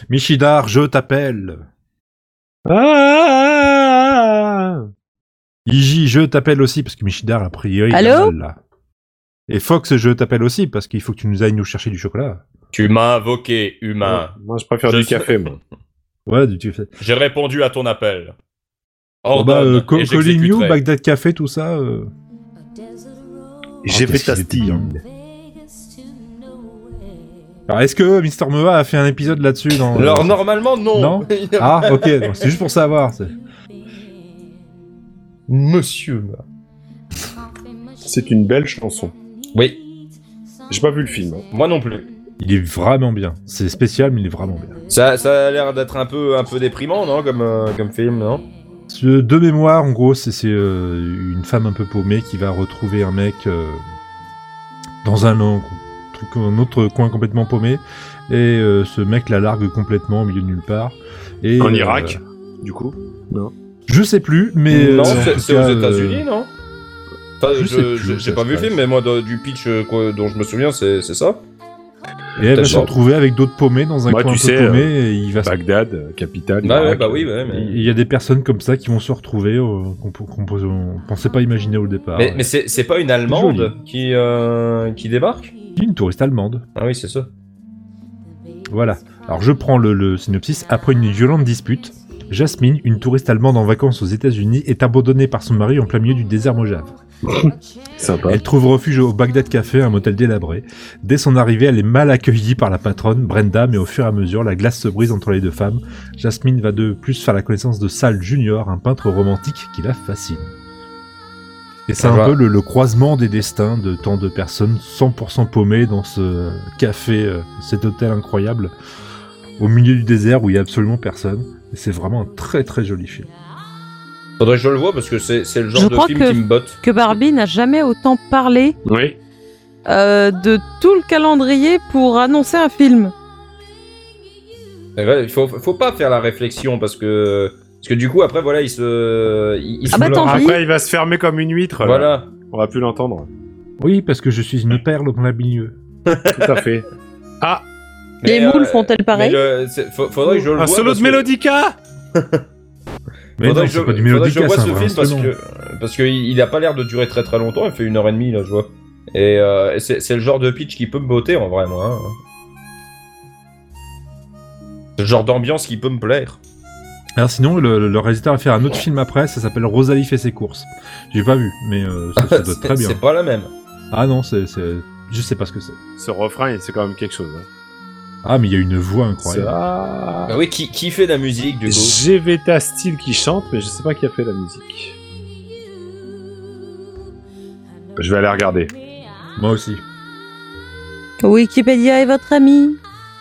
Michidar, je t'appelle. Iji, je t'appelle aussi, parce que Michidar, a priori, il Allô est mal, là. Et Fox, je t'appelle aussi, parce qu'il faut que tu nous ailles nous chercher du chocolat. Tu m'as invoqué, humain. Moi, je préfère du café, moi. Ouais, tu fais. J'ai répondu à ton appel. Bon, bah, Ordonne, et Calling You, j'exécuterai. Bagdad Café, tout ça. J'ai fait ta qu'est-ce qu'il est style. bien. Alors, est-ce que Mister Meva a fait un épisode là-dessus dans... Alors, normalement, non. Non Ah, ok, donc c'est juste pour savoir. Monsieur. C'est une belle chanson. Oui, J'ai pas vu le film. moi non plus. Il est vraiment bien. C'est spécial, mais il est vraiment bien. Ça a l'air d'être un peu déprimant, non, comme film, non? De mémoire, en gros, c'est une femme un peu paumée qui va retrouver un mec dans un autre coin complètement paumé. Et ce mec la largue complètement au milieu de nulle part. Et, En Irak, du coup. Non. Je sais plus, mais... Non, en tout c'est cas, aux États-Unis, non? Enfin, je sais plus où j'ai ça pas se vu le passe. film, mais moi, du pitch dont je me souviens, c'est ça. Et elle va se D'accord. retrouver avec d'autres paumés dans un Bah, coin tu un peu sais, paumé. Et il va se- Bagdad, capitale. Bah, ouais, Irak. bah oui, ouais, mais... Il y a des personnes comme ça qui vont se retrouver qu'on pensait pas imaginer au départ. Mais c'est pas une Allemande qui débarque? Une touriste allemande. Ah oui, c'est ça. Voilà. Alors je prends le synopsis. Après une violente dispute, Jasmine, une touriste allemande en vacances aux États-Unis, est abandonnée par son mari en plein milieu du désert Mojave. Sympa. Elle trouve refuge au Bagdad Café, un motel délabré. Dès son arrivée, elle est mal accueillie par la patronne, Brenda, mais au fur et à mesure, la glace se brise entre les deux femmes. Jasmine va de plus faire la connaissance de Sal Junior, un peintre romantique qui la fascine. Et c'est Ça un va. peu le croisement des destins de tant de personnes 100% paumées dans ce café, cet hôtel incroyable, au milieu du désert où il y a absolument personne. Et c'est vraiment un très très joli film. Faudrait que je le vois parce que c'est le genre Je de crois film qui me botte. Que Barbie n'a jamais autant parlé Oui. de tout le calendrier pour annoncer un film. C'est vrai, il faut pas faire la réflexion parce que du coup après voilà il se Ah bah, tant pis. Après, il va se fermer comme une huître. là. voilà. On va plus l'entendre. Oui, parce que je suis une perle au plein milieu. Tout à fait. Ah, Les Mais, moules font-elles pareil? Faudrait que je le vois. un solo parce de que- Mélodica. Mais Faudrait non, que c'est pas du faudrait que je mélodica, vois c'est un ce vrai film parce instrument. que il a pas l'air de durer très très longtemps. Il fait 1h30 là je vois. Et c'est le genre de pitch qui peut me botter en vrai moi. Hein. C'est le genre d'ambiance qui peut me plaire. Alors sinon, le réalisateur a fait un autre film après, ça s'appelle Rosalie fait ses courses. J'ai pas vu, mais ça doit être très bien. C'est pas la même. Ah non, je sais pas ce que c'est. Ce refrain, c'est quand même quelque chose. Hein. Ah, mais il y a une voix incroyable. Ah. Bah oui, qui fait de la musique du coup? Geveta Style qui chante, mais je sais pas qui a fait la musique. Je vais aller regarder. Moi aussi. Wikipédia est votre ami.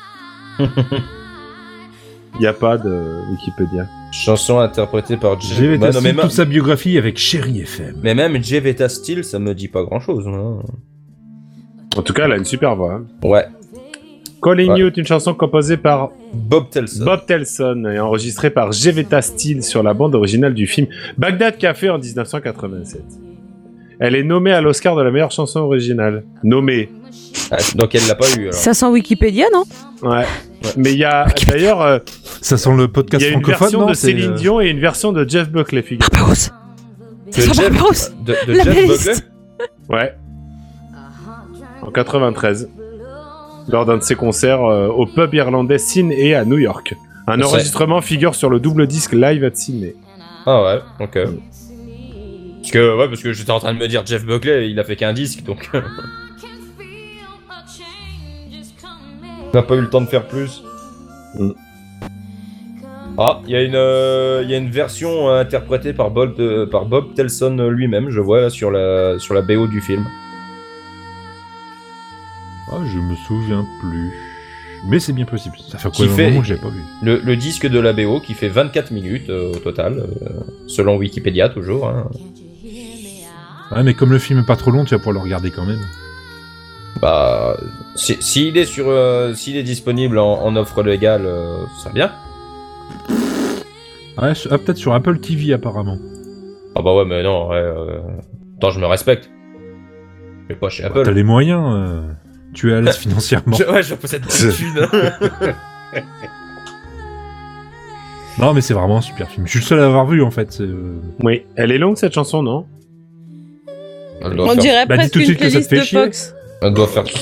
Il y a pas de Wikipédia. Chanson interprétée par J'ai Bah, non, mais, toute sa biographie avec Chéri FM. mais même Jeveta Steel, ça me dit pas grand chose. Hein. En tout cas, elle a une super voix. hein. Ouais. Calling Ouais. You est une chanson composée par Bob Telson. Bob Telson et enregistrée par Geveta Steel sur la bande originale du film Bagdad Café en 1987. Elle est nommée à l'Oscar de la meilleure chanson originale. Nommée. Ah, donc elle l'a pas eu alors. Ça sent Wikipédia, non? Ouais. Mais il y a d'ailleurs Ça sent le il podcast y a une francophone, version non de C'est, Céline Dion et une version de Jeff Buckley, figure. Barbaros. De Ça sent Jeff, Barbaros. de La Jeff playlist. Buckley. Ouais. En 93. Lors d'un de ses concerts au pub irlandais Sydney à New York. Un C'est- enregistrement figure sur le double disque live at Sydney. Ah ouais, ok. Parce que j'étais en train de me dire Jeff Buckley, il a fait qu'un disque donc. On n'a pas eu le temps de faire plus. Mm. Ah, il y a une version interprétée par Bob Telson lui-même, je vois là sur la BO du film. Ah, je me souviens plus. Mais c'est bien possible. Ça fait Qui quoi un fait- moment que je l'ai pas vu. Le disque de la BO qui fait 24 minutes au total, selon Wikipédia toujours. Hein. Ouais, mais comme le film est pas trop long, tu vas pouvoir le regarder quand même. Bah, s'il est s'il est disponible en offre légale, ça serait bien. Ouais, peut-être sur Apple TV apparemment. Ah bah ouais, mais non, ouais, attends, je me respecte. Mais pas chez Bah, Apple. t'as les moyens. Tu es à l'aise financièrement. Ouais, je possède pas de thunes. Non, mais c'est vraiment un super film. Je suis le seul à l'avoir vu en fait. Oui, elle est longue cette chanson, non? Elle doit On faire- dirait Bah, dis presque tout de une suite que ça te playlist fait de chier. Fox. Elle doit faire.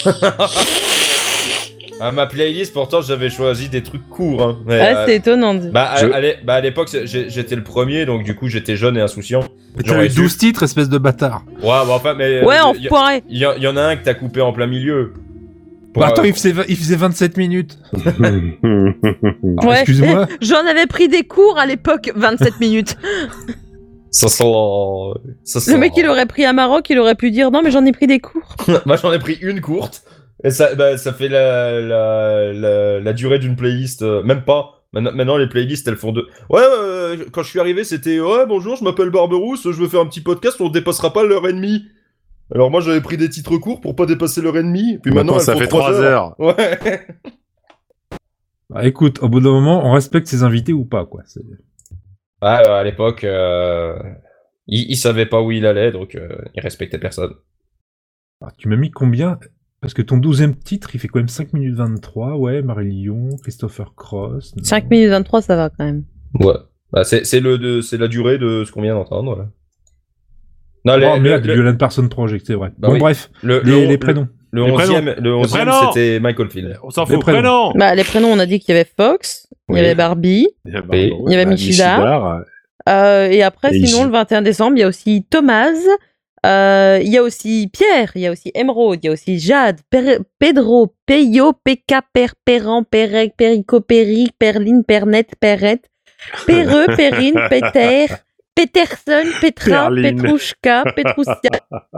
À ma playlist, pourtant, j'avais choisi des trucs courts. Hein. Mais, Ah, c'est étonnant. à l'époque, j'étais le premier, donc du coup, j'étais jeune et insouciant. Mais J'aurais t'as eu su. 12 titres, espèce de bâtard. Ouais, bah enfin, mais. Ouais, il enfoiré. y en a un que t'as coupé en plein milieu. Pour, Bah, attends, euh, il faisait 27 minutes. Alors, Ouais. excuse-moi. J'en avais pris des cours à l'époque, 27 minutes. Ça sent. Le mec, il aurait pris à Maroc, il aurait pu dire non, mais j'en ai pris des cours. Moi, j'en ai pris une courte. Et ça fait la durée d'une playlist. Même pas. Maintenant, les playlists, elles font deux. Ouais, quand je suis arrivé, c'était ouais, bonjour, je m'appelle Barberousse, je veux faire un petit podcast, on dépassera pas l'heure et demie. Alors, moi, j'avais pris des titres courts pour pas dépasser l'heure et demie. Puis maintenant, ça elles fait font 3 heures. Ouais. Bah, écoute, au bout d'un moment, on respecte ses invités ou pas, quoi. Ah, à l'époque, il savait pas où il allait, donc il respectait personne. Alors, tu m'as mis combien? Parce que ton 12e titre, il fait quand même 5 minutes 23. Ouais, Marie-Lyon, Christopher Cross. non. 5 minutes 23, ça va quand même. Ouais. Bah, c'est la durée de ce qu'on vient d'entendre. Là. Non, Oh merde, Violent Person Project, c'est vrai. Bah bon, oui. bref, le les prénoms. Le Les 11e, prénoms. c'était Michael Field. On s'en Les fout. prénoms. Prénom. Bah, les prénoms, on a dit qu'il y avait Fox, il Oui. y avait Barbie, Il y a Et- il y avait Michidar. Et après, Et sinon, J. le 21 décembre, il y a aussi Thomas, il y a aussi Pierre, il y a aussi Emeraude, il y a aussi Jade, Pedro, Peyo, Pekka, Perran, Perec, Perico, Peric, Perline, Pernette, Perrette, Perreux, Perrine, Peter, Peterson, Petra, Perline. Petrouchka, Petrousia,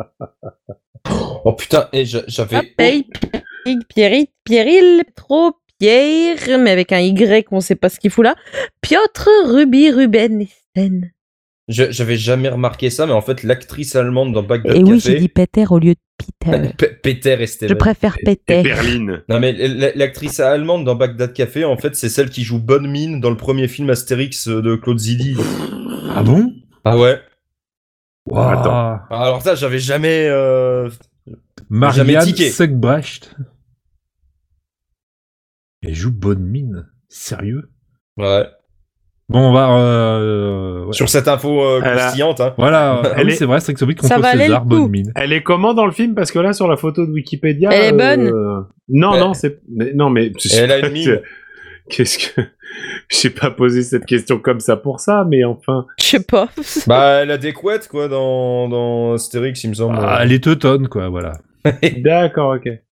Oh putain, et j'avais. Pei, Pierrick, Pierril, Petro, Pierre, mais avec un Y, on sait pas ce qu'il fout là, Piotr, Ruby, Ruben, Sten. J'avais jamais remarqué ça, mais en fait, l'actrice allemande dans Bagdad Et oui, j'ai Café. dit Peter au lieu de Peter. Peter et Je Steven. préfère Et Peter. Berlin. Non, mais l'actrice allemande dans Bagdad Café, en fait, c'est celle qui joue Bonne Mine dans le premier film Astérix de Claude Zidi. Ah bon? Ah ouais. Waouh. Attends. Alors ça, j'avais jamais. Marianne jamais tiqué. Segbrecht. Elle joue bonne mine. Sérieux? Ouais. Bon, on va... ouais. Sur cette info Elle a- croustillante, hein. Voilà, Elle oui, est- c'est vrai, c'est que celui Ça contre valait César, le coup. bonne mine. Elle est comment dans le film? Parce que là, sur la photo de Wikipédia. Elle est bonne. Non, Ouais. non, c'est. Non, mais. Et elle a une mine. Qu'est-ce que. J'ai pas posé cette question comme ça pour ça, mais enfin. Je sais pas. Bah, elle a des couettes, quoi, dans Astérix, il me semble. Ah, elle est teutonne, quoi, voilà. D'accord, ok.